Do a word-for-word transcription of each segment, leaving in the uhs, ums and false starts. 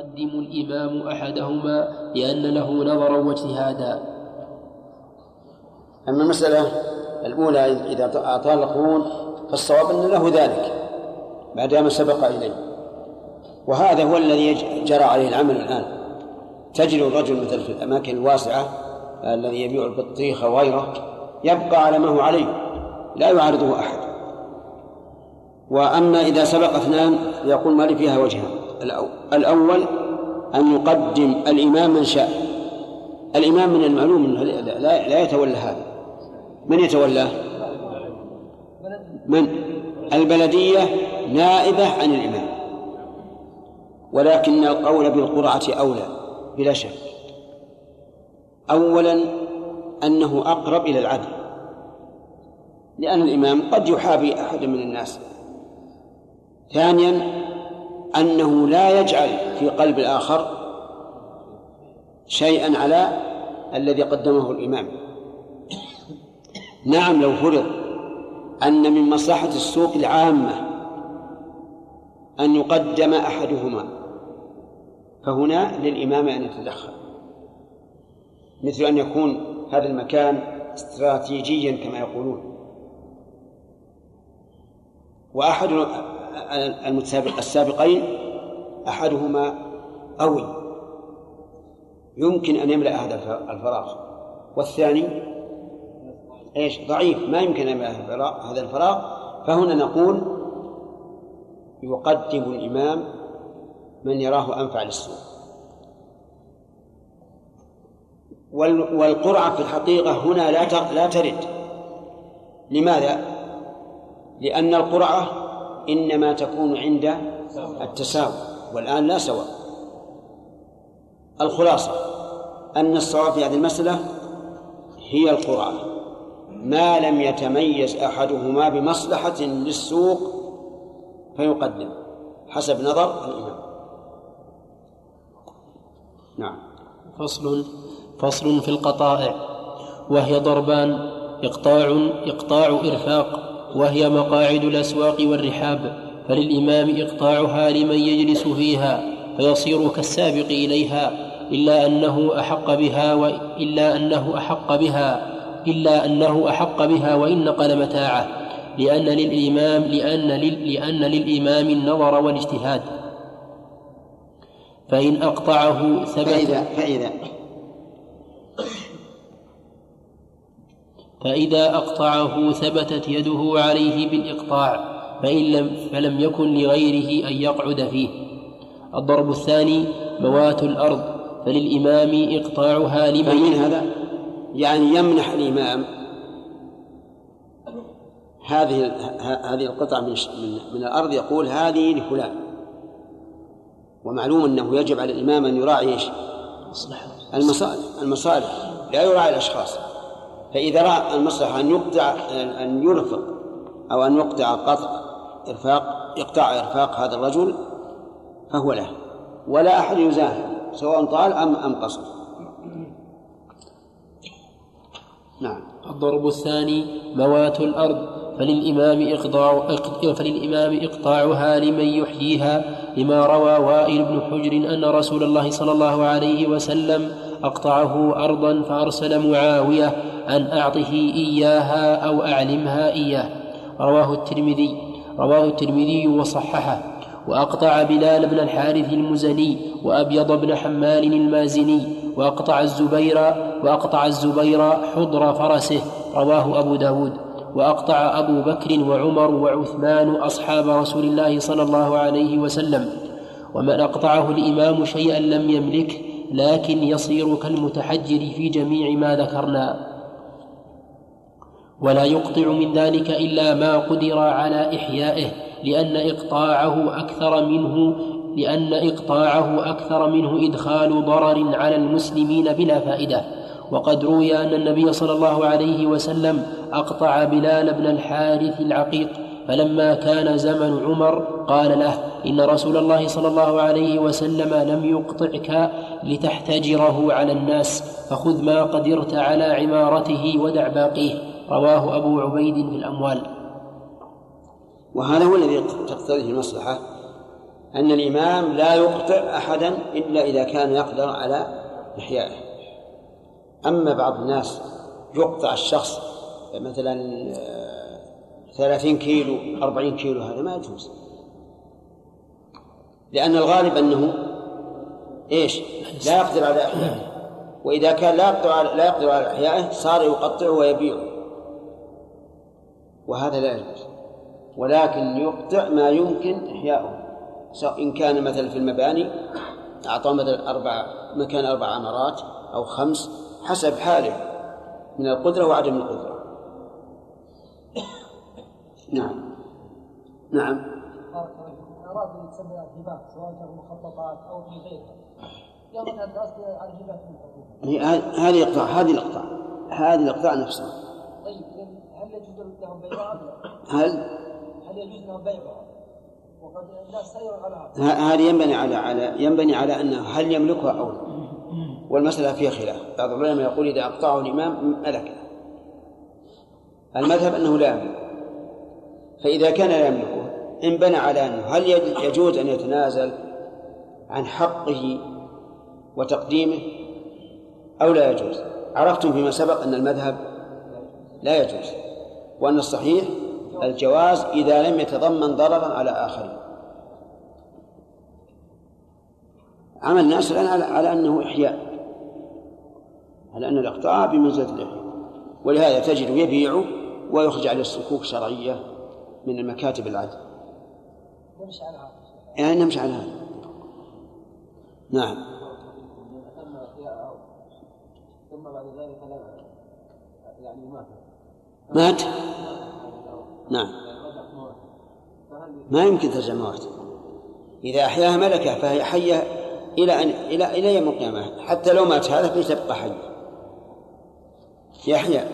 يقدم الإمام أحدهما لأن له نظرا واجتهادا. أما المسألة الأولى إذا أطال القرون فالصواب أن له ذلك ما دام سبق إليه، وهذا هو الذي جرى عليه العمل الآن. تجد الرجل مثل في الأماكن الواسعة الذي يبيع البطيخ وغيره يبقى على ما هو عليه لا يعارضه أحد. وأما إذا سبق اثنان يقول ما لي فيها وجهان. الأول أن يقدم الإمام من شاء. الإمام من المعلوم لا, لا يتولى هذا. من يتولاه؟ من؟ البلدية نائبة عن الإمام، ولكن القول بالقرعة أولى بلا شك. أولا أنه أقرب إلى العدل، لأن الإمام قد يحابي أحد من الناس. ثانيا أنه لا يجعل في قلب الآخر شيئا على الذي قدمه الإمام. نعم، لو فرض أن من مصلحة السوق العامة أن يقدم أحدهما فهنا للإمام أن يتدخل، مثل أن يكون هذا المكان استراتيجيا كما يقولون، وأحد السابقين أحدهما قوي يمكن أن يملأ هذا الفراغ، والثاني إيش ضعيف ما يمكن أن يملأ هذا الفراغ. فهنا نقول يقدم الإمام من يراه أنفع للسوق. والقرعة في الحقيقة هنا لا ترد. لماذا؟ لأن القرعة إنما تكون عند التساوي، والآن لا سواء. الخلاصة أن الصواب في هذه المسألة هي القرعة ما لم يتميز أحدهما بمصلحة للسوق فيقدم حسب نظر الإمام. نعم. فصل فصل في القطائع، وهي ضربان: إقطاع إقطاع إرفاق، وهي مقاعد الأسواق والرحاب، فللإمام إقطاعها لمن يجلس فيها فيصير كالسابق إليها، إلا أنه أحق بها وإلا أنه أحق بها إلا أنه أحق بها وإن نقل متاعه، لأن للإمام لأن لل لأن للإمام النظر والاجتهاد. فإن أقطعه ثبت فإذا فإذا فإذا أقطعه ثبتت يده عليه بالإقطاع، فإن لم فلم يكن لغيره أن يقعد فيه. الضرب الثاني: موات الأرض، فللإمام إقطاعها لمن من هذا يعني يمنح الإمام هذه هذه القطعة من من الأرض، يقول هذه لفلان. ومعلوم أنه يجب على الإمام أن يراعي المصالح المصالح لا يراعي الأشخاص. فإذا رأى المصلحة أن يقطع أن يرفق أو أن يقطع قطع إرفاق يقطع إرفاق هذا الرجل فهو له، ولا أحد يزاحم سواء طال أم أم قصر. نعم. الضرب الثاني: موات الأرض، فللإمام إقطاع فللإمام إقطاعها لمن يحييها، لما روى وائل بن حجر أن رسول الله صلى الله عليه وسلم أقطعه أرضا فأرسل معاوية أن أعطه إياها أو أعلمها إياه. رواه الترمذي رواه الترمذي وصححه. وأقطع بلال بن الحارث المزني وأبيض بن حمال المازني، وأقطع الزبير وأقطع الزبير حضر فرسه. رواه أبو داود. وأقطع أبو بكر وعمر وعثمان أصحاب رسول الله صلى الله عليه وسلم. ومن أقطعه الإمام شيئا لم يملكه، لكن يصير كالمتحجر في جميع ما ذكرنا، ولا يقطع من ذلك إلا ما قدر على إحيائه، لأن إقطاعه أكثر منه لأن إقطاعه أكثر منه إدخال ضرر على المسلمين بلا فائدة. وقد روي أن النبي صلى الله عليه وسلم أقطع بلال بن الحارث العقيق، فلما كان زمن عمر قال له: إن رسول الله صلى الله عليه وسلم لم يقطعك لتحتجره على الناس، فخذ ما قدرت على عمارته ودع باقيه. رواه أبو عبيد في الأموال. وهذا هو الذي تقتضيه المصلحة، أن الإمام لا يقطع أحدا إلا إذا كان يقدر على إحيائه. أما بعض الناس يقطع الشخص مثلا ثلاثين كيلو أربعين كيلو، هذا ما يجوز، لأن الغالب أنه إيش لا يقدر على إحيائه، وإذا كان لا يقدر على, لا يقدر على إحيائه صار يقطعه ويبيعه، وهذا لا يجوز. ولكن يقطع ما يمكن إحياؤه، سواء إن كان مثلا في المباني أعطاه مثلا أربع مكان أربع عمارات أو خمس حسب حاله من القدرة وعدم القدرة. نعم نعم. أراد أن يتسمى الهبات سواء كانوا مخططات أو في غيرها، يضع الناس على الهبات من الحكومة. هذه الإقطاع هذه الإقطاع هذه الإقطاع نفسها. طيب هل يجوز لهم بيعها؟ هل هل يجوز لهم بيعها؟ وقد الناس سيروا على هذا. هذه ينبني على على ينبني على أنه هل يملكها أو لا، والمسألة فيها خلاف. بعض العلماء يقول إذا أقطعه الإمام ملكه، المذهب أنه لا يملك. فإذا كان لا يملكه انبنى على أنه هل يجوز أن يتنازل عن حقه وتقديمه أو لا يجوز. عرفتم فيما سبق أن المذهب لا يجوز، وأن الصحيح الجواز إذا لم يتضمن ضررا على آخرين. عمل الناس الآن على, على أنه إحياء، على أن الإقطاع بمنزلة الإحياء، ولهذا تجد يبيع ويخرج عليه الصكوك شرعية من المكاتب العدل. نمشي على هذا يعني نمشي على هذا. نعم. ثم بعد ذلك يعني مات مات نعم ما يمكن ترجع موت. إذا أحياها ملكة فهي حية إلى أن إلى إلى يوم القيامة، حتى لو مات هذا فتبقى حية يحيى.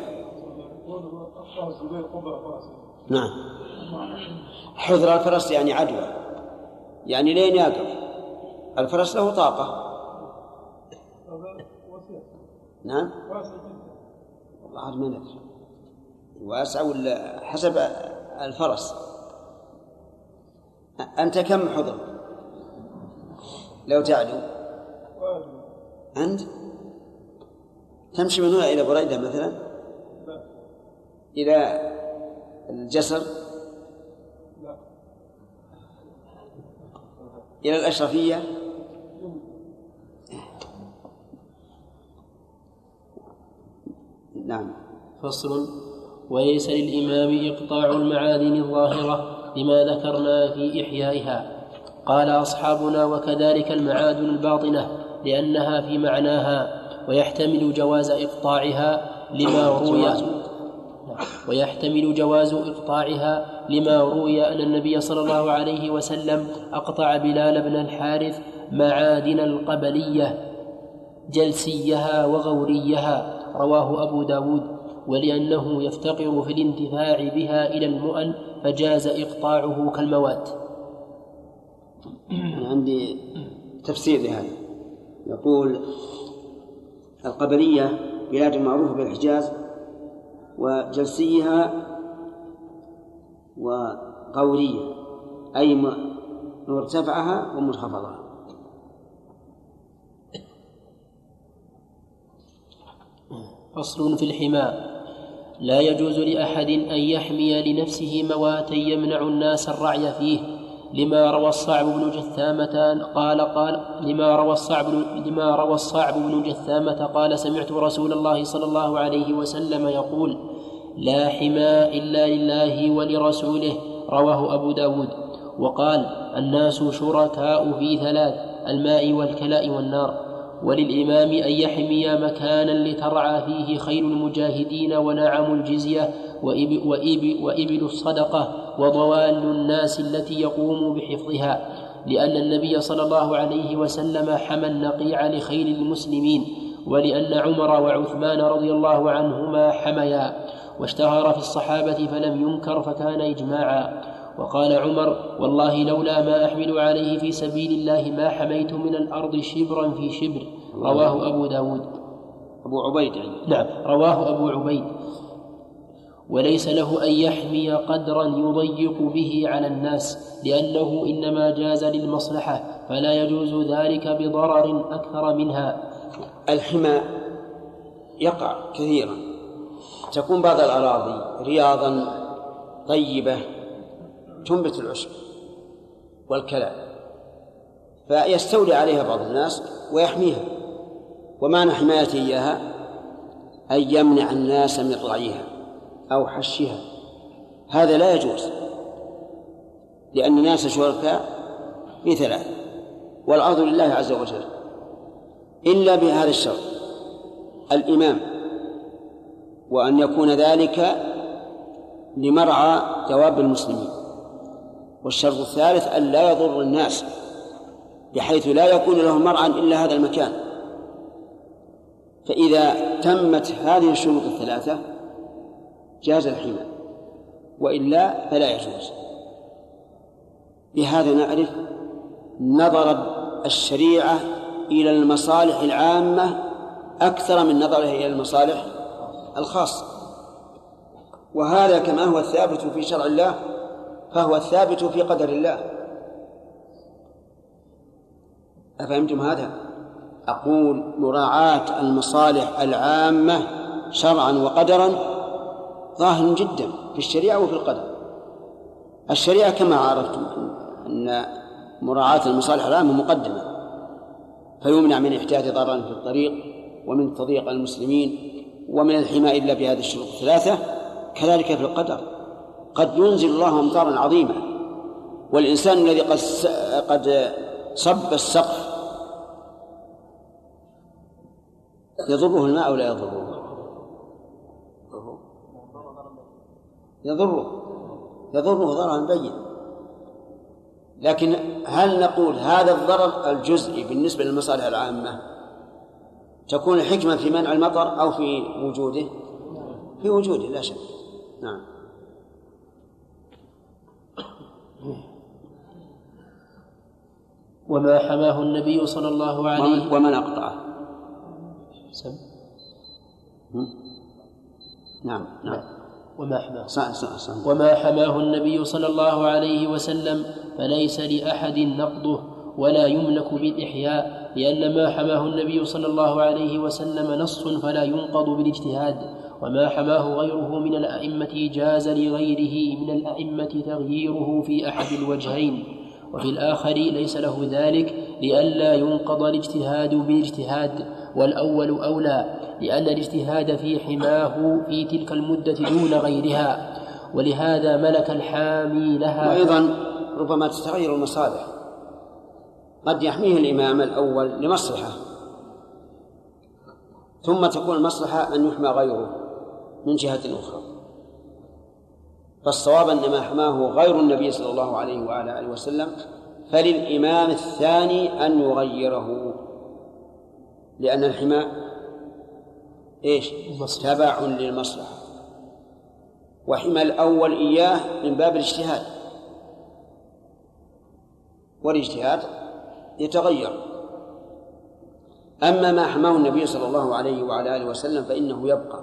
نعم. حذر الفرس يعني عدوى، يعني لين يقف الفرس له طاقة. نعم. والله ما ندري واسع ولا حسب الفرس. أنت كم حضر لو تعدو؟ أنت تمشي من هنا إلى بريدة مثلا، إلى الجسر، إلى الأشرفية. نعم. فصل. وليس للإمام إقطاع المعادن الظاهرة لما ذكرنا في إحيائها. قال أصحابنا: وكذلك المعادن الباطنة لأنها في معناها، ويحتمل جواز إقطاعها لما روي ويحتمل جواز إقطاعها لما روي أن النبي صلى الله عليه وسلم أقطع بلال بن الحارث معادن القبلية جلسيها وغوريها، رواه أبو داود، ولأنه يفتقر في الانتفاع بها إلى المؤن فجاز إقطاعه كالموات. عندي تفسير لهذا، يقول: القبلية بلاد معروفة بالحجاز، وجلسيها وغورية أي مرتفعها ومنخفضها. فصل في الحماء. لا يجوز لأحد أن يحمي لنفسه مواتا يمنع الناس الرعي فيه، لما روى الصعب بن جثامة قال قال لما روى الصعب لما روى الصعب بن جثامة قال: سمعت رسول الله صلى الله عليه وسلم يقول: لا حماء إلا لله ولرسوله، رواه أبو داود. وقال: الناس شركاء في ثلاث: الماء والكلاء والنار. وللإمام أن يحمي مكانا لترعى فيه خيل المجاهدين ونعم الجزية وإب وإب وإبل الصدقة وضوال الناس التي يقوم بحفظها، لأن النبي صلى الله عليه وسلم حمى النقيع لخيل المسلمين، ولأن عمر وعثمان رضي الله عنهما حميا، واشتهر في الصحابة فلم ينكر فكان إجماعا. وقال عمر: والله لولا ما أحمل عليه في سبيل الله ما حميت من الأرض شبرا في شبر، رواه أبو داود. أبو عبيد يعني. نعم، رواه أبو عبيد. وليس له أن يحمي قدرا يضيق به على الناس، لأنه إنما جاز للمصلحة، فلا يجوز ذلك بضرر أكثر منها. الحمى يقع كثيرا، تكون بعض الأراضي رياضا طيبة تنبت العشب والكلى، فيستولي عليها بعض الناس ويحميها، ومعنى حمايته إياها أن يمنع الناس من رعيها أو حشها. هذا لا يجوز، لأن الناس شركاء في ثلاث، والأرض لله عز وجل، إلا بهذا الشرط: الإمام، وأن يكون ذلك لمرعى دواب المسلمين. والشرط الثالث أن لا يضر الناس بحيث لا يكون لهم مرعى إلا هذا المكان. فإذا تمت هذه الشروط الثلاثة جاز الحمى، وإلا فلا يجوز. بهذا نعرف نظر الشريعة إلى المصالح العامة أكثر من نظرها إلى المصالح الخاصة، وهذا كما هو الثابت في شرع الله فهو الثابت في قدر الله. أفهمتم هذا؟ أقول مراعاة المصالح العامة شرعا وقدرا ظاهر جدا في الشريعة وفي القدر. الشريعة كما عرفتم أن مراعاة المصالح العامة مقدمة، فيمنع من إحداث ضرر في الطريق ومن تضييق المسلمين ومن الحماية إلا بهذه الشروط الثلاثة. كذلك في القدر قد ينزل الله أمطارا عظيمة، والإنسان الذي قد قد صب السقف يضره الماء أو لا يضره؟ يضره يضره ضررا بين. لكن هل نقول هذا الضرر الجزئي بالنسبة للمصالح العامة تكون الحكمة في منع المطر أو في وجوده؟ في وجوده لا شك. نعم. وما حماه النبي صلى الله عليه ومن أقطعه. سم. نعم نعم. وما حماه صح صح صح. وما حماه النبي صلى الله عليه وسلم فليس لأحد نقضه ولا يملك بالإحياء، لأن ما حماه النبي صلى الله عليه وسلم نص فلا ينقض بالاجتهاد، وما حماه غيره من الأئمة جاز لغيره من الأئمة تغييره في أحد الوجهين، وفي الآخر ليس له ذلك لئلا ينقض الاجتهاد بالاجتهاد، والأول أولى، لأن الاجتهاد في حماه في تلك المدة دون غيرها، ولهذا ملك الحامي لها. وأيضا ربما تتغير المصالح، قد يحميه الإمام الأول لمصلحة ثم تكون المصلحة أن يحمى غيره من جهة أخرى، فالصواب أن ما حماه غير النبي صلى الله عليه وعلى آله وسلم فللإمام الثاني أن يغيره، لأن الحماء إيش؟ تبع للمصلحة، وحمى الأول إياه من باب الاجتهاد، والاجتهاد يتغير. أما ما حماه النبي صلى الله عليه وعلى آله وسلم فإنه يبقى،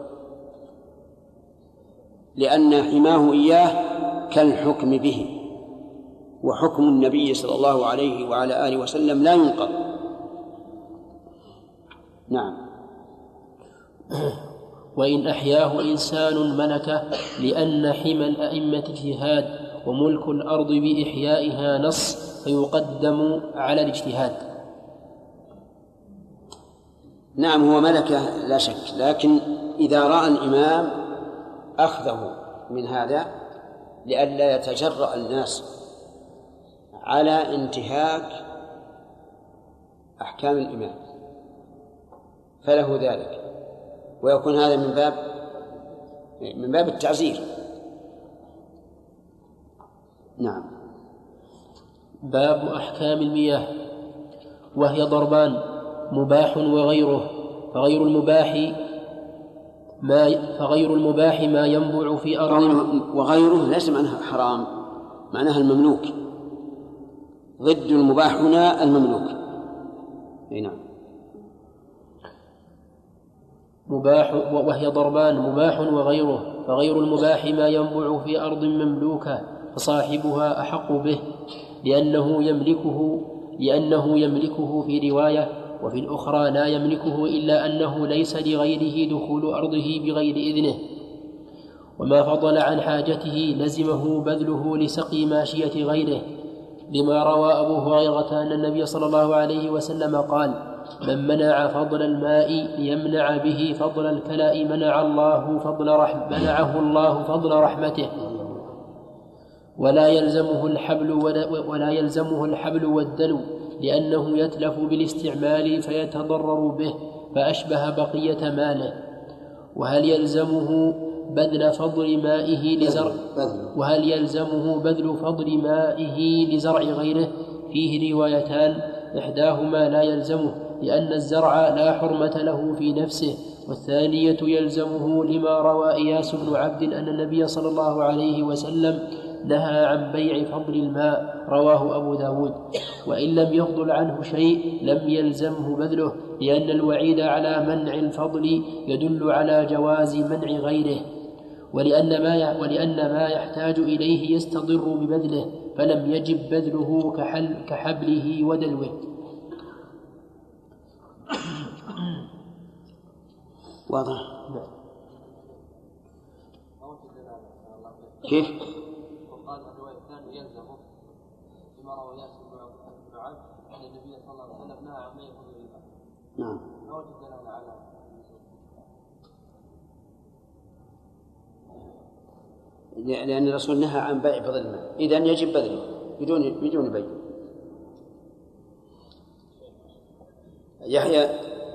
لأن حماه إياه كالحكم به، وحكم النبي صلى الله عليه وعلى آله وسلم لا ينقض. نعم. وإن أحياه إنسان ملكه، لأن حمى الأئمة اجتهاد، وملك الأرض بإحيائها نص، فيقدم على الاجتهاد. نعم هو ملكه لا شك، لكن إذا رأى الإمام أخذه من هذا لئلا يتجرأ الناس على انتهاك أحكام الإمام فله ذلك، ويكون هذا من باب من باب التعزير. نعم. باب أحكام المياه، وهي ضربان: مباح وغيره. فغير المباح ما فغير المباح ما ينبع في أرض، وغيره ليس معناها حرام، معناها المملوك، ضد المباح هنا المملوك. نعم. مباح وهي ضربان: مباح وغيره. فغير المباح ما ينبع في أرض مملوكة فصاحبها أحق به لأنه يملكه لأنه يملكه في رواية، وفي الأخرى لا يملكه إلا أنه ليس لغيره دخول أرضه بغير إذنه. وما فضل عن حاجته لزمه بذله لسقي ماشية غيره، لما روى أبو هريرة أن النبي صلى الله عليه وسلم قال: من منع فضل الماء ليمنع به فضل الكلاء منع الله فضل رحم منعه الله فضل رحمته. ولا يلزمه الحبل ولا يلزمه الحبل والدلو، لأنه يتلف بالاستعمال فيتضرر به فأشبه بقية ماله. وهل يلزمه بذل فضل مائه لزرع وهل يلزمه بذل فضل مائه لزرع غيره؟ فيه روايتان، إحداهما لا يلزمه لأن الزرع لا حرمة له في نفسه، والثانية يلزمه لما روى إياس بن عبد أن النبي صلى الله عليه وسلم نهى عن بيع فضل الماء، رواه أبو داود. وإن لم يفضل عنه شيء لم يلزمه بذله، لأن الوعيد على منع الفضل يدل على جواز منع غيره، ولأن ما ولأن ما يحتاج إليه يستضر ببذله، فلم يجب بذله كحل كحبله ودلوه. واضح؟ كيف؟ وقال الرواية الثانية يلزمه بما روى ياسر بن عبد أن النبي صلى الله عليه وسلم نهى عن بيع فضل الماء. نعم. ما وجد دلالة على لأن الرسول نهى عن بيع فضل الماء، إذن يجب بذله بدون بدون بيع. يحيى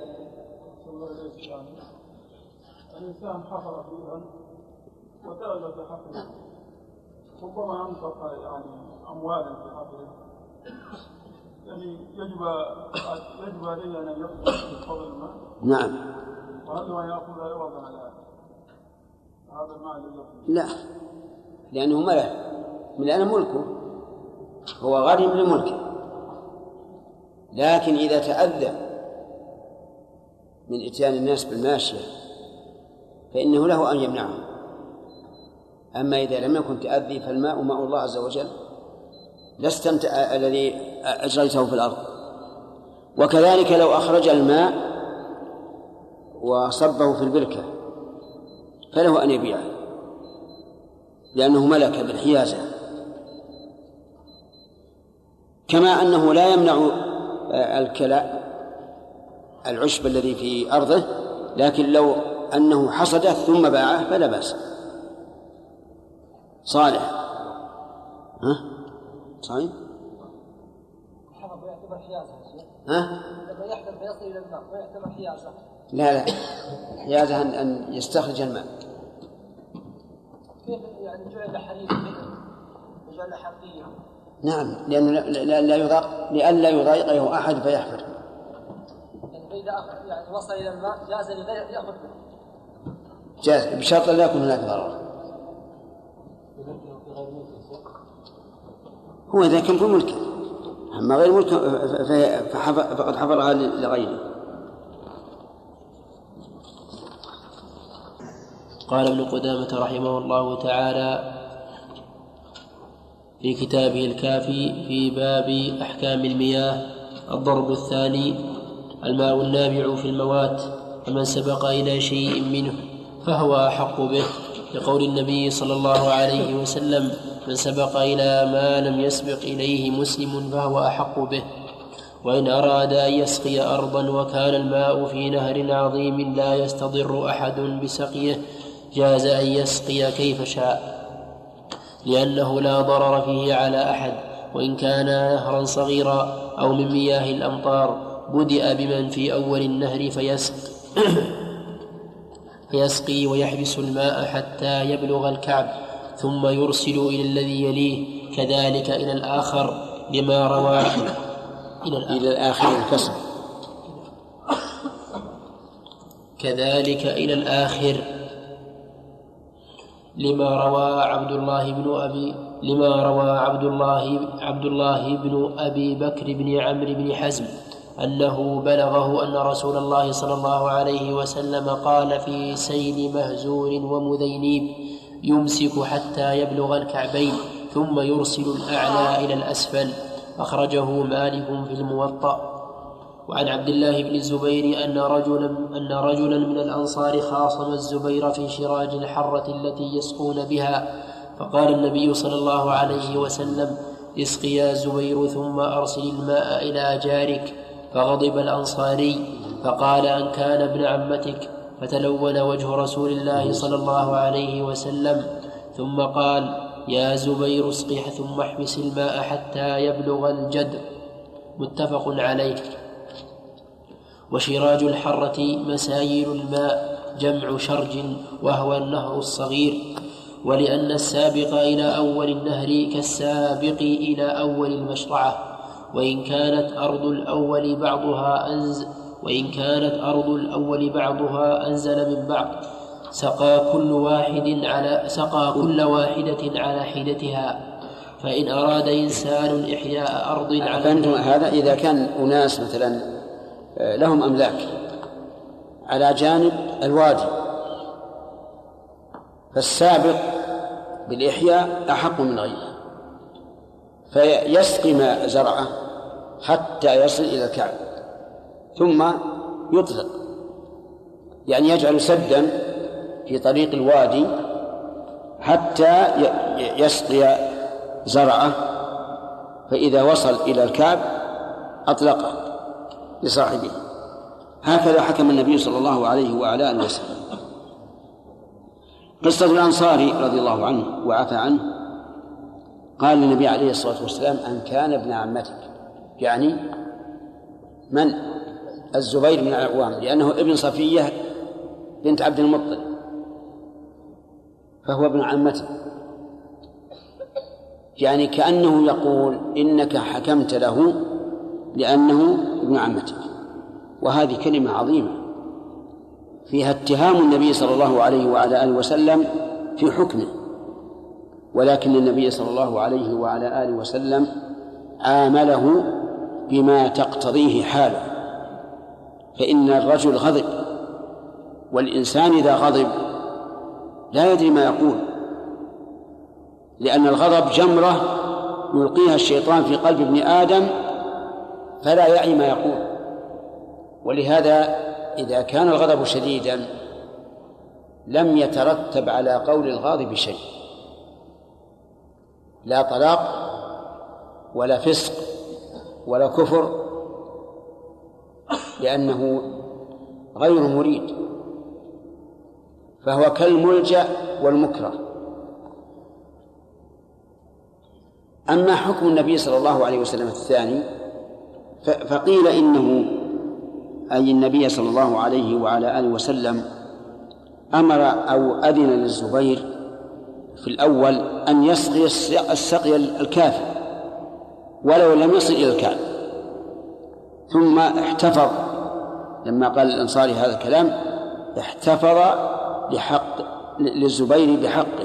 الإنسان حفر فيها وتألف حفره، ربما أنفق يعني أموالا في حفره، يعني يجب يجب عليه أن يأخذ فضل الماء. نعم. وهل ما يأخذ عوضا على هذا الماء الذي؟ لا، لأنه ملك، من أنا ملكه، هو غنم لملكه، لكن إذا تأذى من إتيان الناس بالماشية فإنه له أن يمنعه. أما إذا لم يكن تأذي فالماء ماء الله عز وجل، لا استمتع الذي أجريته في الأرض. وكذلك لو أخرج الماء وصبه في البركة فله أن يبيعه، لأنه ملك بالحيازة. كما أنه لا يمنع الكلاء العشب الذي في أرضه، لكن لو أنه حصده ثم باعه فلا بأس. صالح ها صحيح حفظ ويعتبر حيازة ها لما يحفظ فيصل إلى الماء ويعتبر حيازة. لا لا حيازة أن يستخرج الماء. كيف يعني جعل حريم وجعل حقيقي؟ نعم، لأنه لا لا يضايق لئلا يضايقه أحد فيحفر. يعني فإذا يعني وصل إلى الماء جاز لغيره يأخذ منه. جاز بشرط لا يكون هناك ضرر. هو إذا كان في ملكه، أما غير ملكه فقد حفرها لغيره. قال ابن قدامة رحمه الله تعالى في كتابه الكافي في باب أحكام المياه: الضرب الثاني: الماء النابع في الموات، فمن سبق إلى شيء منه فهو أحق به، لقول النبي صلى الله عليه وسلم: من سبق إلى ما لم يسبق إليه مسلم فهو أحق به. وإن أراد أن يسقي أرضا وكان الماء في نهر عظيم لا يستضر أحد بسقيه جاز أن يسقي كيف شاء، لأنه لا ضرر فيه على أحد، وإن كان نهرا صغيرا أو من مياه الأمطار بدأ بمن في أول النهر فيسق فيسقي ويحبس الماء حتى يبلغ الكعب ثم يرسل إلى الذي يليه، كذلك إلى الآخر لما روى إلى الآخر, إلى الآخر الكسر كذلك إلى الآخر لما روى عبد الله بن أبي لما روى عبد الله عبد الله بن أبي بكر بن عمرو بن حزم أنه بلغه أن رسول الله صلى الله عليه وسلم قال في سيل مهزور ومذينيب: يمسك حتى يبلغ الكعبين ثم يرسل الأعلى إلى الأسفل. أخرجه مالك في الموطأ. وعن عبد الله بن الزبير أن رجلا, أن رجلا من الأنصار خاصم الزبير في شراج الحرة التي يسقون بها، فقال النبي صلى الله عليه وسلم: اسق يا زبير ثم أرسل الماء إلى جارك. فغضب الأنصاري فقال: أن كان ابن عمتك. فتلون وجه رسول الله صلى الله عليه وسلم، ثم قال: يا زبير اسقح ثم احبس الماء حتى يبلغ الجدر. متفق عليه. وشراج الحرة مسايل الماء جمع شرج، وهو النهر الصغير، ولأن السابق إلى أول النهر كالسابق إلى أول المشرعة، وإن كانت أرض الأول بعضها أنز وإن كانت أرض الأول بعضها أنزل من بعض، سقى كل واحد على سقى كل واحدة على حدتها. فإن أراد إنسان إحياء أرض على فأنتم هذا إذا كان أناس مثلا لهم أملاك على جانب الوادي، فالسابق بالإحياء أحق من غيره، فيسقي ما زرعه حتى يصل إلى الكعب ثم يطلق، يعني يجعل سدا في طريق الوادي حتى يسقي زرعه، فإذا وصل إلى الكعب أطلقه لصاحبه. هكذا حكم النبي صلى الله عليه وعلى آله وسلم. قصة الأنصاري رضي الله عنه وعفى عنه، قال النبي عليه الصلاة والسلام: أن كان ابن عمتك، يعني من؟ الزبير بن العوام، لأنه ابن صفية بنت عبد المطلب، فهو ابن عمته، يعني كأنه يقول إنك حكمت له لأنه ابن عمتك. وهذه كلمة عظيمة فيها اتهام النبي صلى الله عليه وعلى آله وسلم في حكمه، ولكن النبي صلى الله عليه وعلى آله وسلم عامله بما تقتضيه حاله، فإن الرجل غضب، والإنسان إذا غضب لا يدري ما يقول، لأن الغضب جمرة يلقيها الشيطان في قلب ابن آدم فلا يعي ما يقول. ولهذا إذا كان الغضب شديدا لم يترتب على قول الغاضب شيء، لا طلاق ولا فسق ولا كفر، لأنه غير مريد، فهو كالملجأ والمكره. أما حكم النبي صلى الله عليه وسلم الثاني فقيل إنه أي النبي صلى الله عليه وعلى آله وسلم أمر أو أذن للزبير في الأول أن يسقي السقي الكافي ولو لم يصل إلى الكعب، ثم احتفظ لما قال الأنصاري هذا الكلام، احتفظ لحق للزبير بحقه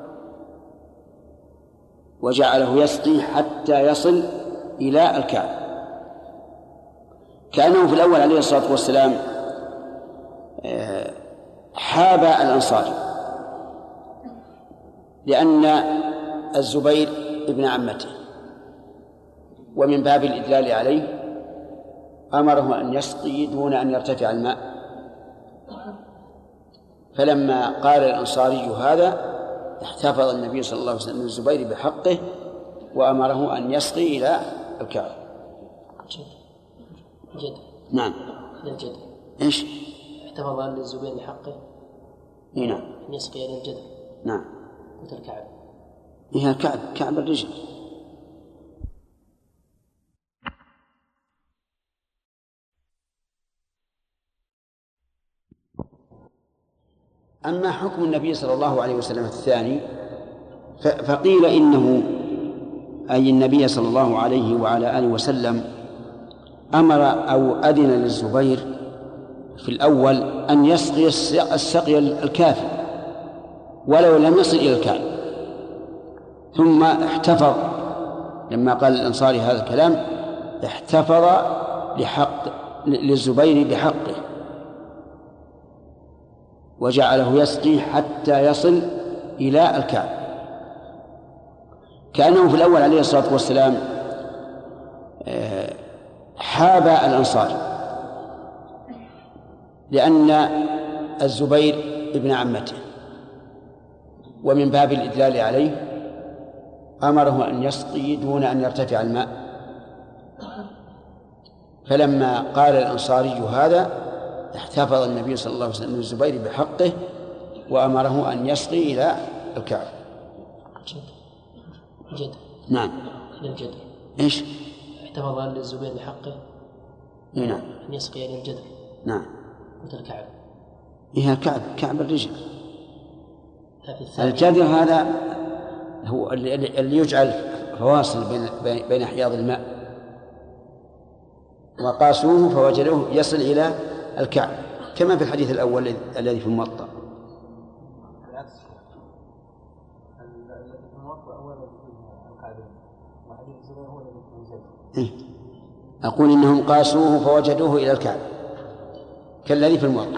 وجعله يسقي حتى يصل إلى الكعب. كأنه في الأول عليه الصلاة والسلام حاب الأنصاري لأن الزبير ابن عمته، ومن باب الإدلال عليه أمره أن يسقي دون أن يرتفع الماء. فلما قال الأنصاري هذا احتفظ النبي صلى الله عليه وسلم الزبير بحقه وأمره أن يسقي إلى الكعب. جد. نعم. الجد. إيش؟ احتفظ أن الزبير بحقه. إيه نعم. أن يسقي إلى الجد. نعم. مثل الكعب. إيه الكعب، كعب الرجل. أما حكم النبي صلى الله عليه وسلم الثاني فقيل إنه أي النبي صلى الله عليه وعلى آله وسلم أمر أو أذن للزبير في الأول أن يسقي السقي الكافي ولو لم يصل إلى الكعب، ثم احتفظ لما قال الأنصاري هذا الكلام، احتفظ لحق للزبير بحقه وجعله يسقي حتى يصل إلى الكعب، كأنه في الأول عليه الصلاة والسلام حاب الأنصار، لأن الزبير ابن عمته، ومن باب الإدلال عليه أمره أن يسقي دون أن يرتفع الماء. فلما قال الأنصاري هذا احتفظ النبي صلى الله عليه وسلم الزبير بحقه وأمره أن يسقي إلى الكعب. جد. نعم. الجد. إيش؟ احتفظ الزبير بحقه. نعم. أن يسقي إلى الجدر. نعم. مثل الكعب. إيه الكعب، كعب الرجل. الجدر هذا هو اللي يجعل فواصل بين بين حياض الماء، وقاسوه فوجدوه يصل إلى الكعب كما في الحديث الأول الذي في الموطأ. بالعكس الذي في الموطأ هو الذي فيه الكعبين، وحديث الزبير هو الذي فيه الجدر. إيه؟ أقول إنهم قاسوه فوجدوه إلى الكعب كالذي في الموطأ.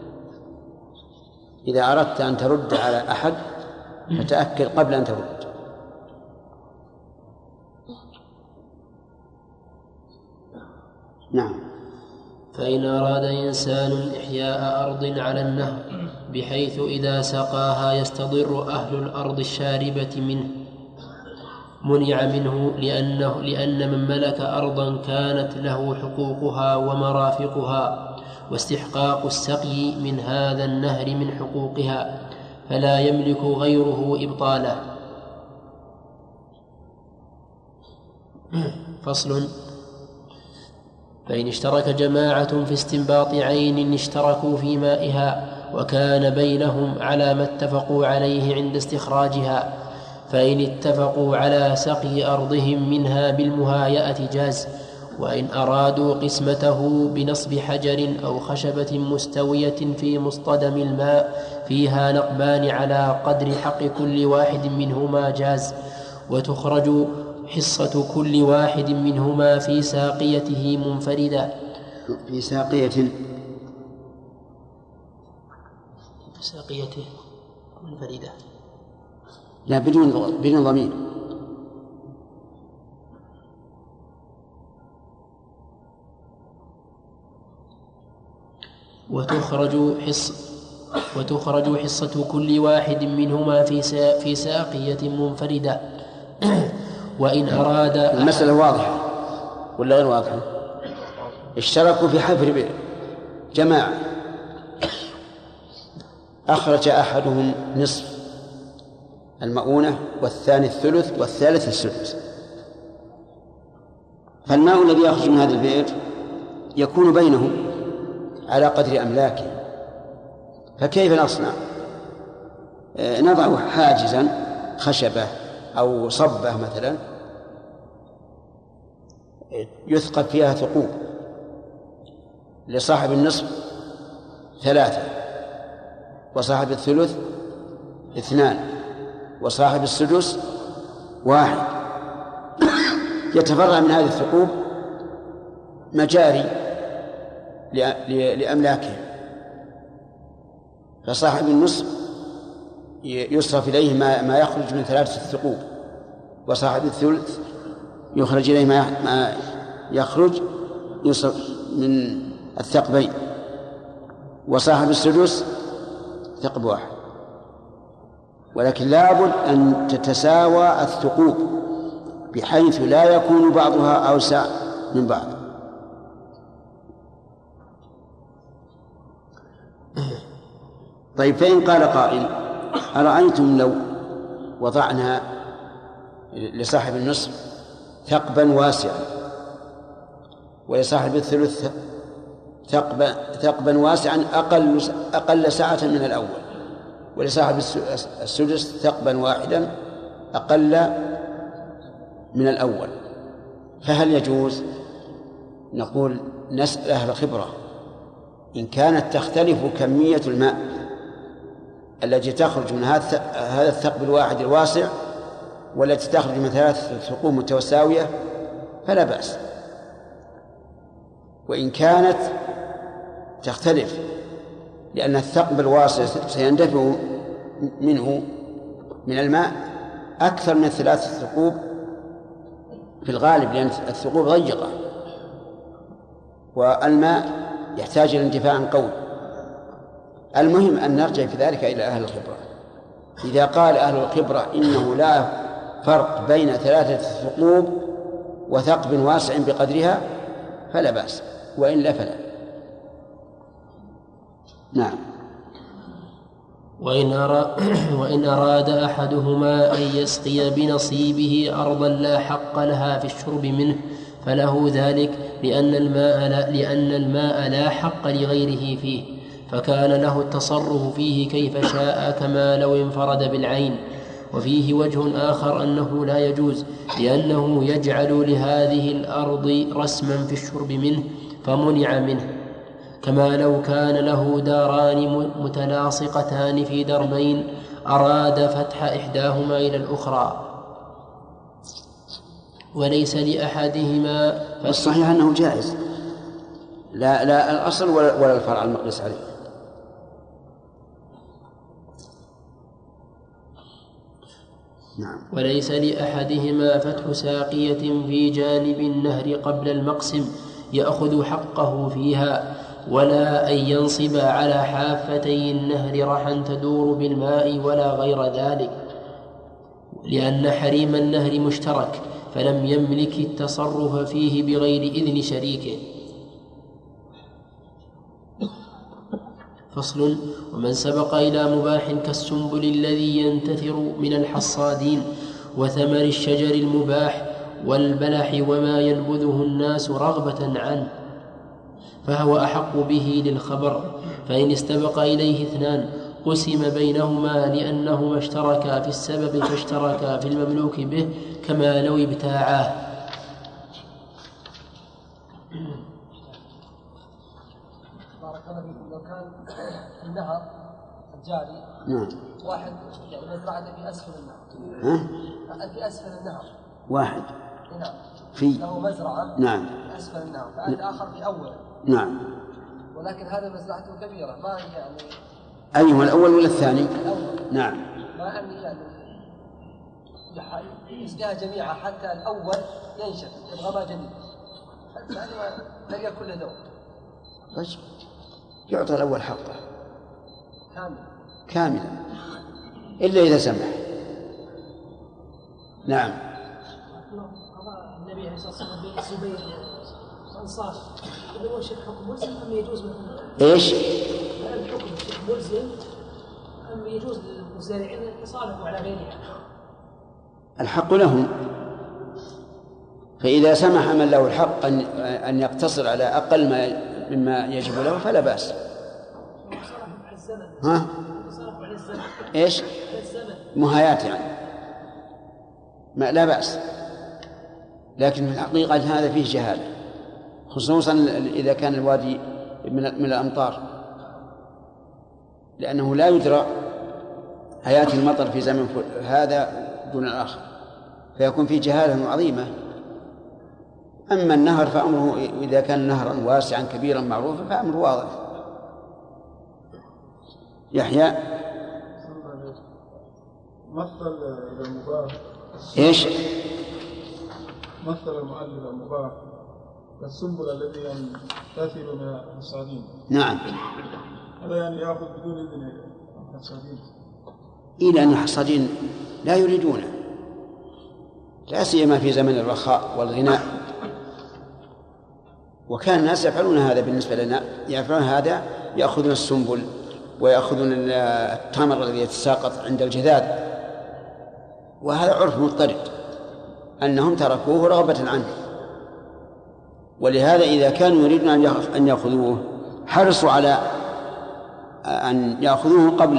إذا أردت أن ترد على أحد فتأكد قبل أن ترد. نعم. فإن أراد إنسان إحياء أرض على النهر بحيث إذا سقاها يستضر أهل الأرض الشاربة منه منع منه، لأنه لأن من ملك أرضا كانت له حقوقها ومرافقها، واستحقاق السقي من هذا النهر من حقوقها، فلا يملك غيره إبطاله. فصل. فإن اشترك جماعة في استنباط عين اشتركوا في مائها وكان بينهم على ما اتفقوا عليه عند استخراجها، فإن اتفقوا على سقي أرضهم منها بالمهايأة جاز، وإن أرادوا قسمته بنصب حجر أو خشبة مستوية في مصطدم الماء فيها نقبان على قدر حق كل واحد منهما جاز، وتخرج حصة كل واحد منهما في ساقيته منفردا. في ساقية في ساقيته منفردة، لا بدون بدون ضمير. وتخرج حص وتخرج حصة كل واحد منهما في سا في ساقية منفردة. وإن أراد المسألة واضحة ولا غير واضحة؟ اشتركوا في حفر بئر جماعة، أخرج أحدهم نصف المؤونة والثاني الثلث والثالث السدس، فالماء الذي يخرج من هذا البئر يكون بينهم على قدر أملاكه، فكيف نصنع؟ نضع حاجزا خشبة أو صبة مثلا يثقل فيها ثقوب، لصاحب النصف ثلاثة، وصاحب الثلث اثنان، وصاحب السدس واحد، يتفرع من هذه الثقوب مجاري لأملاكه، فصاحب النصف يصرف إليه ما يخرج من ثلاثة الثقوب، وصاحب الثلث يخرج إليه ما يخرج يصرف من الثقبين، وصاحب السدس ثقب واحد. ولكن لابد أن تتساوى الثقوب بحيث لا يكون بعضها أوسع من بعض. طيب، فإن قال قائل: أرأيتم لو وضعنا لصاحب النصف ثقبا واسعا ولصاحب الثلث ثقبا ثقبا واسعا أقل أقل سعة من الأول، ولصاحب السدس ثقبا واحدا أقل من الأول، فهل يجوز؟ نقول: نسأل أهل الخبرة، إن كانت تختلف كمية الماء التي تخرج من هذا الثقب الواحد الواسع والتي تخرج من ثلاث ثقوب متساوية فلا بأس، وإن كانت تختلف لأن الثقب الواسع سيندفع منه من الماء أكثر من الثلاثة ثقوب في الغالب، لأن الثقوب ضيقة والماء يحتاج إلى اندفاع قوي. المهم أن نرجع في ذلك إلى أهل الخبرة. إذا قال أهل الخبرة إنه لا فرق بين ثلاثة ثقوب وثقب واسع بقدرها فلا بأس، وإلا فلا. نعم. وإن, أرى وإن أراد أحدهما أن يسقي بنصيبه أرضا لا حق لها في الشرب منه فله ذلك، لأن الماء لا, لأن الماء لا حق لغيره فيه، فكان له التصرف فيه كيف شاء كما لو انفرد بالعين. وفيه وجه آخر أنه لا يجوز، لأنه يجعل لهذه الأرض رسما في الشرب منه فمنع منه، كما لو كان له داران متلاصقتان في دربين أراد فتح إحداهما إلى الأخرى وليس لأحدهما. فالصحيح أنه جائز، لا, لا الأصل ولا الفرع المقيس عليه. نعم. وليس لأحدهما فتح ساقية في جانب النهر قبل المقسم يأخذ حقه فيها، ولا أن ينصب على حافتي النهر رحا تدور بالماء ولا غير ذلك، لأن حريم النهر مشترك فلم يملك التصرف فيه بغير إذن شريكه. فصل. ومن سبق إلى مباح كالسنبل الذي ينتثر من الحصادين وثمر الشجر المباح والبلح وما ينبذه الناس رغبة عنه فهو أحق به للخبر. فإن استبق إليه اثنان قسم بينهما لأنهما اشتركا في السبب فاشتركا في المملوك به كما لو ابتاعاه. بارك الله فيكم. لو كان النهر الجاري نعم. واحد يعني مزرعة في أسفل النهر. ها؟ في أسفل النهر واحد. نعم. في له مزرعة. نعم. في أسفل النهر، فأنت آخر في أول. نعم. ولكن هذا مزرعته كبيرة، ما يعني. أيهما الأول ولا الثاني؟ الأول. نعم. ما أن يعني يسقيها جميعا حتى الأول ينشف يبغى ما جديد، هذا تلقى كل دور. طيب يعطى الأول حقه كامل كاملا إلا إذا سمح. نعم. النبي عليه الصلاة والسلام بين الزبير والأنصار هل هو شيء حكم ملزم أم يجوز مثلا؟ إيش؟ هل الحكم شيء ملزم أم يجوز للمزارعين أن يتصالحوا على غيرها؟ الحق لهم، فإذا سمح من له الحق أن أن يقتصر على أقل ما مما يجب له فلا بأس. ها؟ إيش؟ مهايات يعني ما لا بأس، لكن في الحقيقة هذا فيه جهالة، خصوصا إذا كان الوادي من من الأمطار، لأنه لا يدرى حياة المطر في زمن هذا دون الآخر، فيكون فيه جهالة عظيمة. أما النهر فأمره إذا كان نهرا واسعا كبيرا معروفا فأمره واضح. يحيى مثل إذا مباح. إيش؟ مثل المؤلف المباح كالسنبل الذي ينتثر من الحصادين. نعم. هذا يعني يأخذ بدون إذن الحصادين. إلى أن الحصادين لا يريدونه، لا سيما في زمن الرخاء والغناء، وكان الناس يفعلون هذا. بالنسبة لنا يفعلون هذا، يأخذون السنبل ويأخذون التمر الذي يتساقط عند الجذاذ، وهذا عرف مضطرد أنهم تركوه رغبة عنه. ولهذا إذا كانوا يريدون أن يأخذوه حرصوا على أن يأخذوه قبل.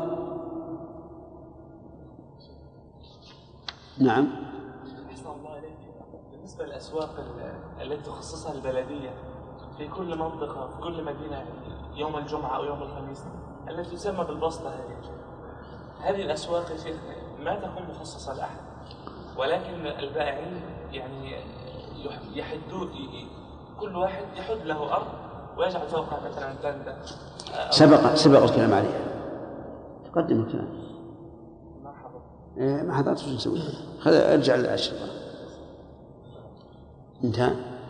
نعم. أحسن الله عليك. بالنسبة للأسواق التي تخصصها البلدية في كل منطقة في كل مدينة يوم الجمعة أو يوم الخميس التي تسمى بالبسطة، هذه هذه الأسواق يا شيخ ما تكون مخصصة لأحد، ولكن البائعين يعني يحدوا، كل واحد يحد له أرض ويجعل فوقها مثلا تندة. سبق سبق الكلام عليها، تقدم الكلام. مرحبا. إيه ما حضرت شو نسوي؟ خذ ارجع للأشرطة. انتهى.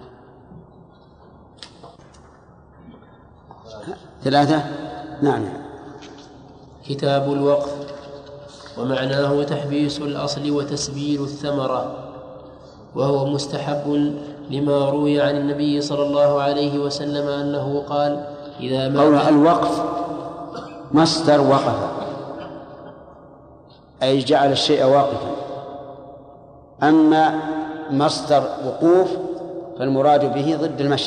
ثلاثة. نعم. كتاب الوقف، ومعناه تحبيس الأصل وتسبيل الثمرة، وهو مستحب لما روي عن النبي صلى الله عليه وسلم أنه قال: إذا ما قول الوقف مصدر وقف، أي جعل الشيء واقفا. أما مصدر وقوف فالمراد به ضد المشي،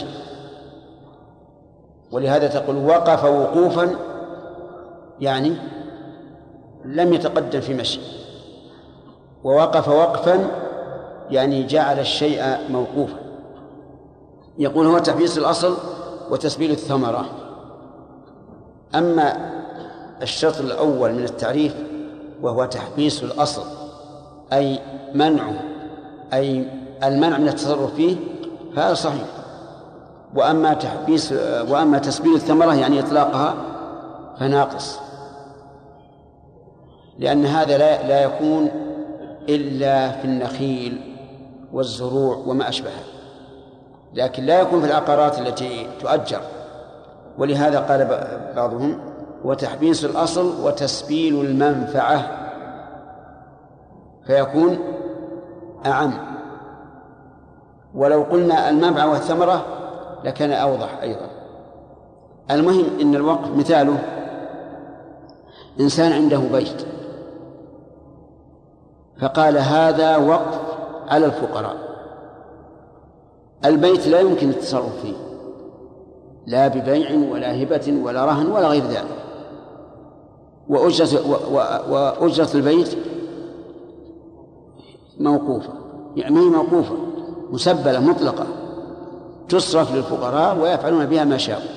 ولهذا تقول وقف وقوفا يعني لم يتقدم في مشي، ووقف وقفا يعني جعل الشيء موقوفا. يقول هو تحبيس الأصل وتسبيل الثمرة. أما الشرط الأول من التعريف وهو تحبيس الأصل أي منعه، أي المنع من التصرف فيه، فهذا صحيح. وأما تحبيس وأما تسبيل الثمرة يعني إطلاقها فناقص، لأن هذا لا لا يكون إلا في النخيل والزروع وما أشبهه، لكن لا يكون في العقارات التي تؤجر. ولهذا قال بعضهم وتحبيس الأصل وتسبيل المنفعة، فيكون أعم. ولو قلنا المنفعة والثمرة لكان أوضح أيضا. المهم إن الوقف مثاله إنسان عنده بيت فقال هذا وقف على الفقراء. البيت لا يمكن التصرف فيه لا ببيع ولا هبة ولا رهن ولا غير ذلك، وأجرة, وأجرة البيت موقوفة، يعني موقوفة مسبلة مطلقة تصرف للفقراء ويفعلون بها ما شاءوا.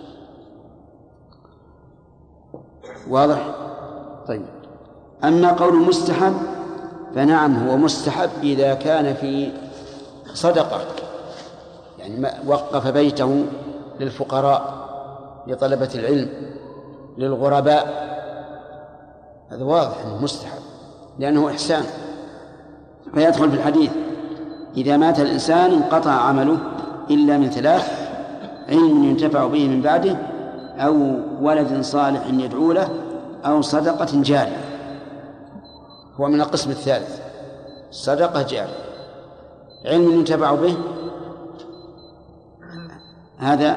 واضح؟ طيب. أما قول مستحب فنعم هو مستحب إذا كان في صدقة، يعني وقف بيته للفقراء لطلبة العلم للغرباء، هذا واضح أنه مستحب لأنه إحسان. فيدخل في الحديث إذا مات الإنسان انقطع عمله إلا من ثلاث: علم ينتفع به من بعده، أو ولد صالح يدعو له، أو صدقة جارية. هو من القسم الثالث، صدقة جارية. علم ينتفع به هذا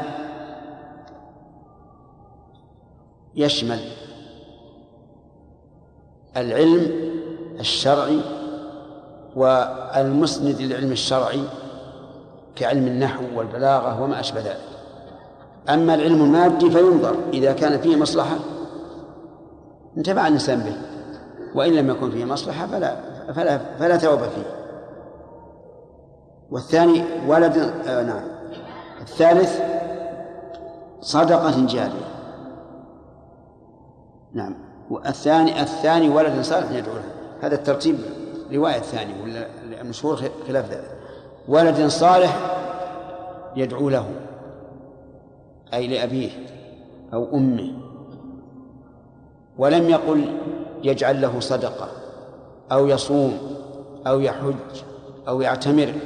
يشمل العلم الشرعي والمسند للعلم الشرعي كعلم النحو والبلاغة وما أشبه ذلك. أما العلم المادي فينظر إذا كان فيه مصلحة انتفع الإنسان به، وإن لم يكن فيه مصلحة فلا فلا فلا ثواب فيه. والثاني ولد آه نعم الثالث صدقة جارية. نعم. والثاني الثاني ولد صالح يدعو له. هذا الترتيب رواية الثاني ولا المشهور خلاف ذلك. ولد صالح يدعو له أي لأبيه أو أمه، ولم يقل يجعل له صدقة أو يصوم أو يحج أو يعتمر،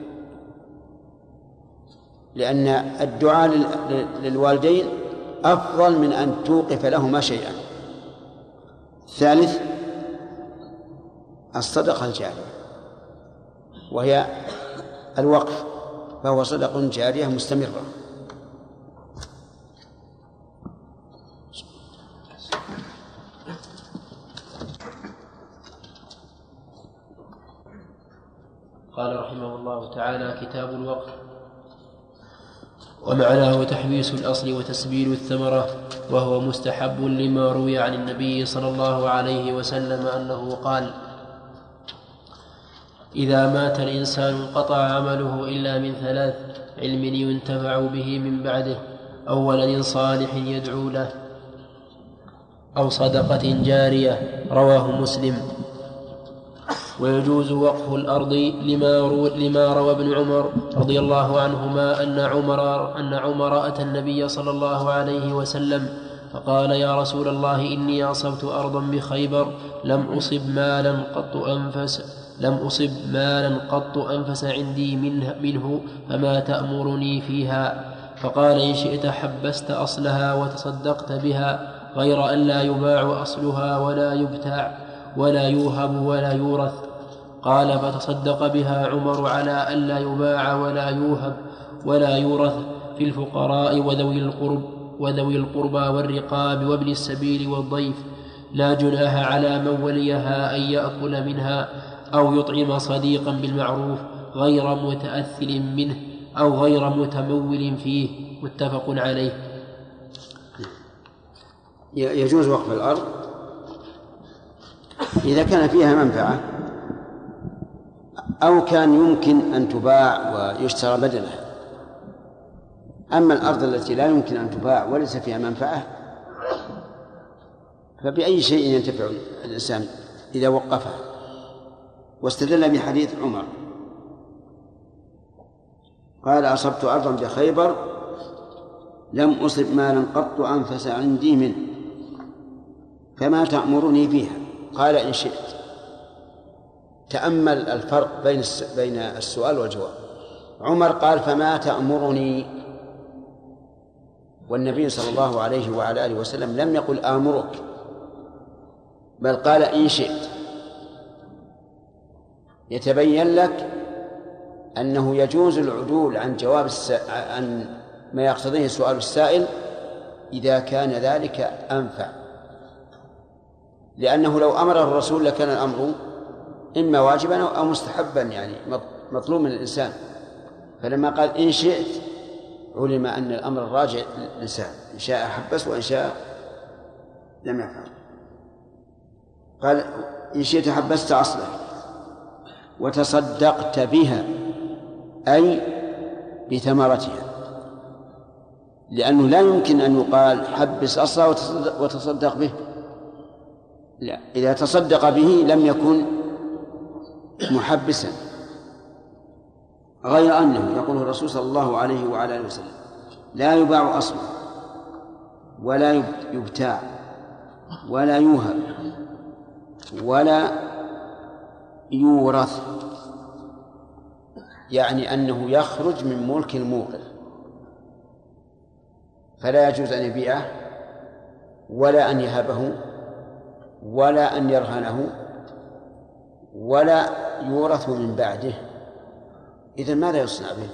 لأن الدعاء للوالدين أفضل من أن توقف لهما شيئا. الثالث الصدقة الجارية وهي الوقف، فهو صدقة جارية مستمرة. قال رحمه الله تعالى: كتاب الوقف، ومعناه تحبيس الأصل وتسبيل الثمرة، وهو مستحب لما روي عن النبي صلى الله عليه وسلم أنه قال: إذا مات الإنسان انقطع عمله إلا من ثلاث: علم ينتفع به من بعده، أو ولد صالح يدعو له، أو صدقة جارية. رواه مسلم. ويجوز وقف الأرض لما روى, لما روى ابن عمر رضي الله عنهما أن عمر, أن عمر أتى النبي صلى الله عليه وسلم فقال يا رسول الله إني أصبت أرضا بخيبر لم أصب مالا قط أنفس لم أصب مالا قط أنفس عندي منه, منه فما تأمرني فيها؟ فقال إن شئت حبست أصلها وتصدقت بها غير أن لا يباع أصلها ولا يبتاع ولا يوهب ولا يورث. قال فتصدق بها عمر على أن لا يباع ولا يوهب ولا يورث في الفقراء وذوي القرب وذوي القربى والرقاب وابن السبيل والضيف، لا جناح على من وليها أن يأكل منها أو يطعم صديقا بالمعروف غير متأثل منه أو غير متمول فيه. متفق عليه. يجوز وقف الأرض إذا كان فيها منفعة أو كان يمكن أن تباع ويشترى بدلها. أما الأرض التي لا يمكن أن تباع وليس فيها منفعة فبأي شيء ينتفع الإنسان إذا وقفها. واستدل بحديث عمر قال أصبت أرضا بخيبر لم أصب مالا قط أنفس عندي منه فما تأمرني فيها؟ قال إن شئت. تأمل الفرق بين بين السؤال والجواب. عمر قال فما تأمرني، والنبي صلى الله عليه وعلى آله وسلم لم يقل آمرك بل قال إن شئت. يتبين لك أنه يجوز العدول عن جواب الس... عن ما يقتضيه سؤال السائل إذا كان ذلك أنفع، لأنه لو أمره الرسول لكان الأمر إما واجبا أو مستحبا، يعني مطلوب من الإنسان. فلما قال إن شئت علم أن الأمر الراجع للإنسان، إن شاء حبس وإن شاء لم يفعل. قال إن شئت حبست أصله وتصدقت بها أي بثمرتها، لأنه لا يمكن أن يقال حبس أصله وتصدق به، لا، إذا تصدق به لم يكن محبسا. غير أنه يقول الرسول صلى الله عليه وعلى آله وسلم لا يباع أصله ولا يبتاع ولا يوهب ولا يورث، يعني أنه يخرج من ملك الموقف، فلا يجوز أن يبيعه ولا أن يهبه ولا أن يرهنه ولا يورث من بعده. إذن ماذا يصنع به؟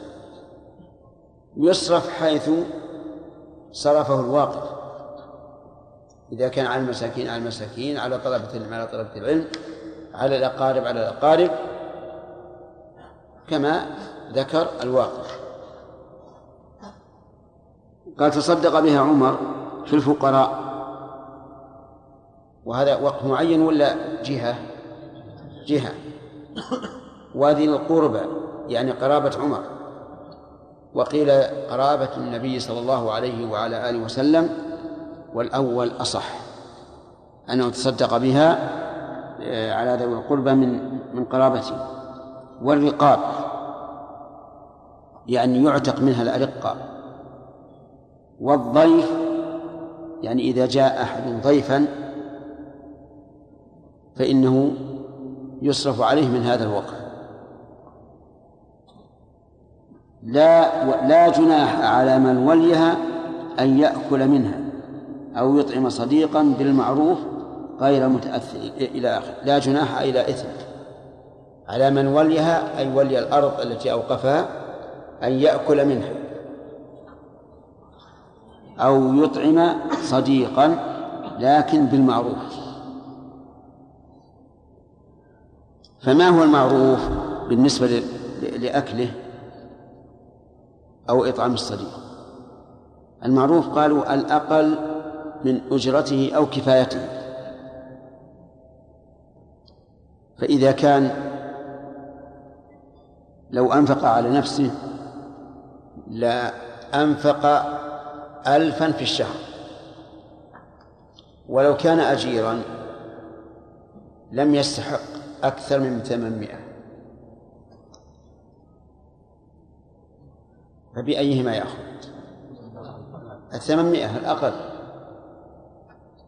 يصرف حيث صرفه الواقف، إذا كان على المساكين على المساكين، على طلبة العلم على طلبة العلم، على الأقارب على الأقارب، كما ذكر الواقف. قال تصدق بها عمر في الفقراء، وهذا وقت معين ولا جهة جهة وذي القربى يعني قرابة عمر، وقيل قرابة النبي صلى الله عليه وعلى آله وسلم، والأول أصح أنه تصدق بها على ذوي القربى من من قرابته. والرقاب يعني يعتق منها الأرقاء. والضيف يعني إذا جاء أحد ضيفا فإنه يصرف عليه من هذا الوقف. لا لا جناح على من وليها أن يأكل منها أو يطعم صديقا بالمعروف غير متأثر إلى آخر. لا جناح إلى إثم على من وليها أي ولي الأرض التي أوقفها أن يأكل منها أو يطعم صديقا لكن بالمعروف. فما هو المعروف بالنسبة لأكله أو إطعام الصديق؟ المعروف قالوا الأقل من أجرته أو كفايته. فإذا كان لو أنفق على نفسه لا أنفق ألفا في الشهر، ولو كان أجيرا لم يستحق أكثر من ثمانمائة، فبأيهما يأخذ؟ الثمانمائة الأقل،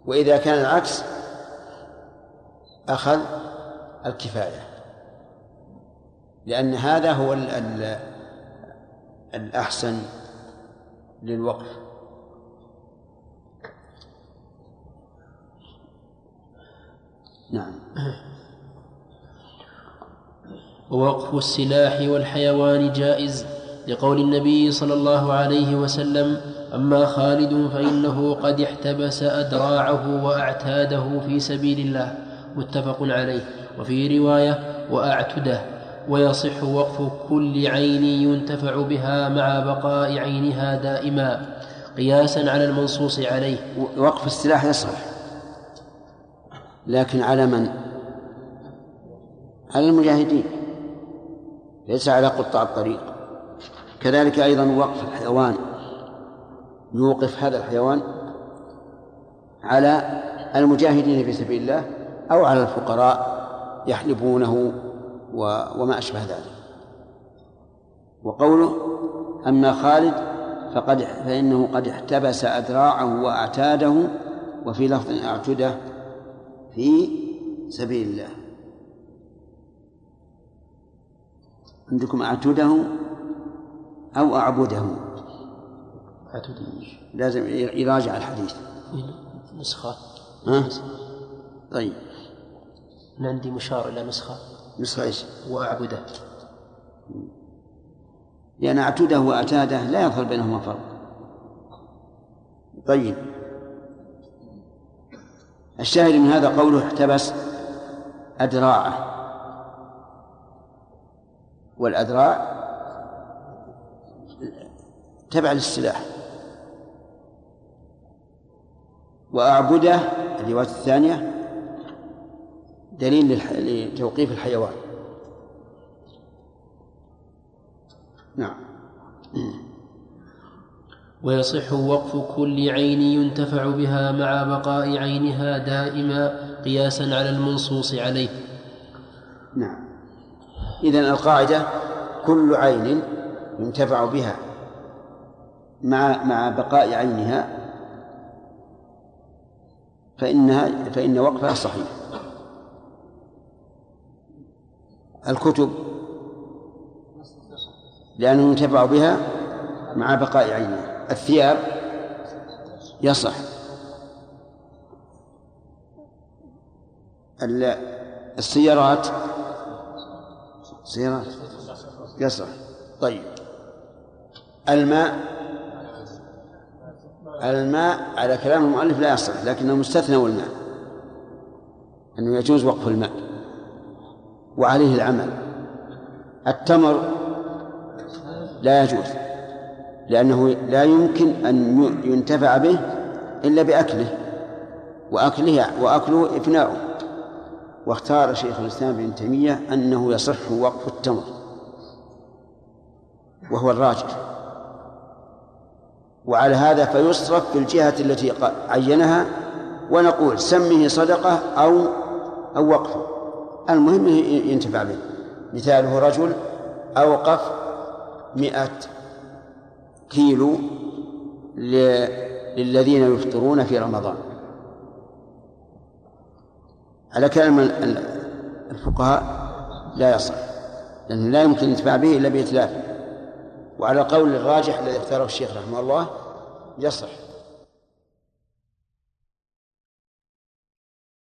وإذا كان العكس أخذ الكفاية، لأن هذا هو ال ال الأحسن للوقف. نعم. ووقف السلاح والحيوان جائز لقول النبي صلى الله عليه وسلم: أما خالد فإنه قد احتبس أدراعه وأعتاده في سبيل الله، متفق عليه. وفي رواية: وأعتده. ويصح وقف كل عين ينتفع بها مع بقاء عينها دائما، قياسا على المنصوص عليه. وقف السلاح يصح، لكن على من؟ على المجاهدين، ليس على قطاع الطريق. كذلك أيضا وقف الحيوان، يوقف هذا الحيوان على المجاهدين في سبيل الله أو على الفقراء يحلبونه وما أشبه ذلك. وقوله: أما خالد فقد فإنه قد احتبس أدراعه وأعتاده، وفي لفظ أعتده في سبيل الله. عندكم أعتده أو أعبده؟ لازم يراجع الحديث. نسخة. ها؟ طيب. عندي مشار إلى نسخة. نسخة إيش؟ وأعبده. لأن أعتده وأعتاده لا يظهر بينهما فرق. طيب. الشاهد من هذا قوله: احتبس أدراعه، والأدراع تبع للسلاح. وأعبده الرواية الثانية دليل لتوقيف الحيوان. نعم. ويصح وقف كل عين ينتفع بها مع بقاء عينها دائما، قياسا على المنصوص عليه. نعم. إذن القاعدة: كل عين ينتفع بها مع مع بقاء عينها فإنها فإن وقفها صحيح. الكتب لأنه ينتفع بها مع بقاء عينها. الثياب يصح. السيارات سيارات يصح. طيب. الماء الماء على كلام المؤلف لا يصح، لكنه مستثنى الماء، أنه يجوز وقف الماء وعليه العمل. التمر لا يجوز، لأنه لا يمكن أن ينتفع به إلا بأكله، وأكله وأكله إفناؤه. واختار شيخ الإسلام ابن تيمية أنه يصح وقف التمر، وهو الراجح. وعلى هذا فيصرف في الجهة التي عينها، ونقول سمه صدقة أو أو وقفه، المهم ينتفع به. مثاله: رجل أوقف مئة كيلو للذين يفطرون في رمضان. على كلام الفقهاء لا يصح، لأنه لا يمكن الانتفاع به إلا بإتلافه. وعلى قول الراجح الذي اختاره الشيخ رحمه الله يصح.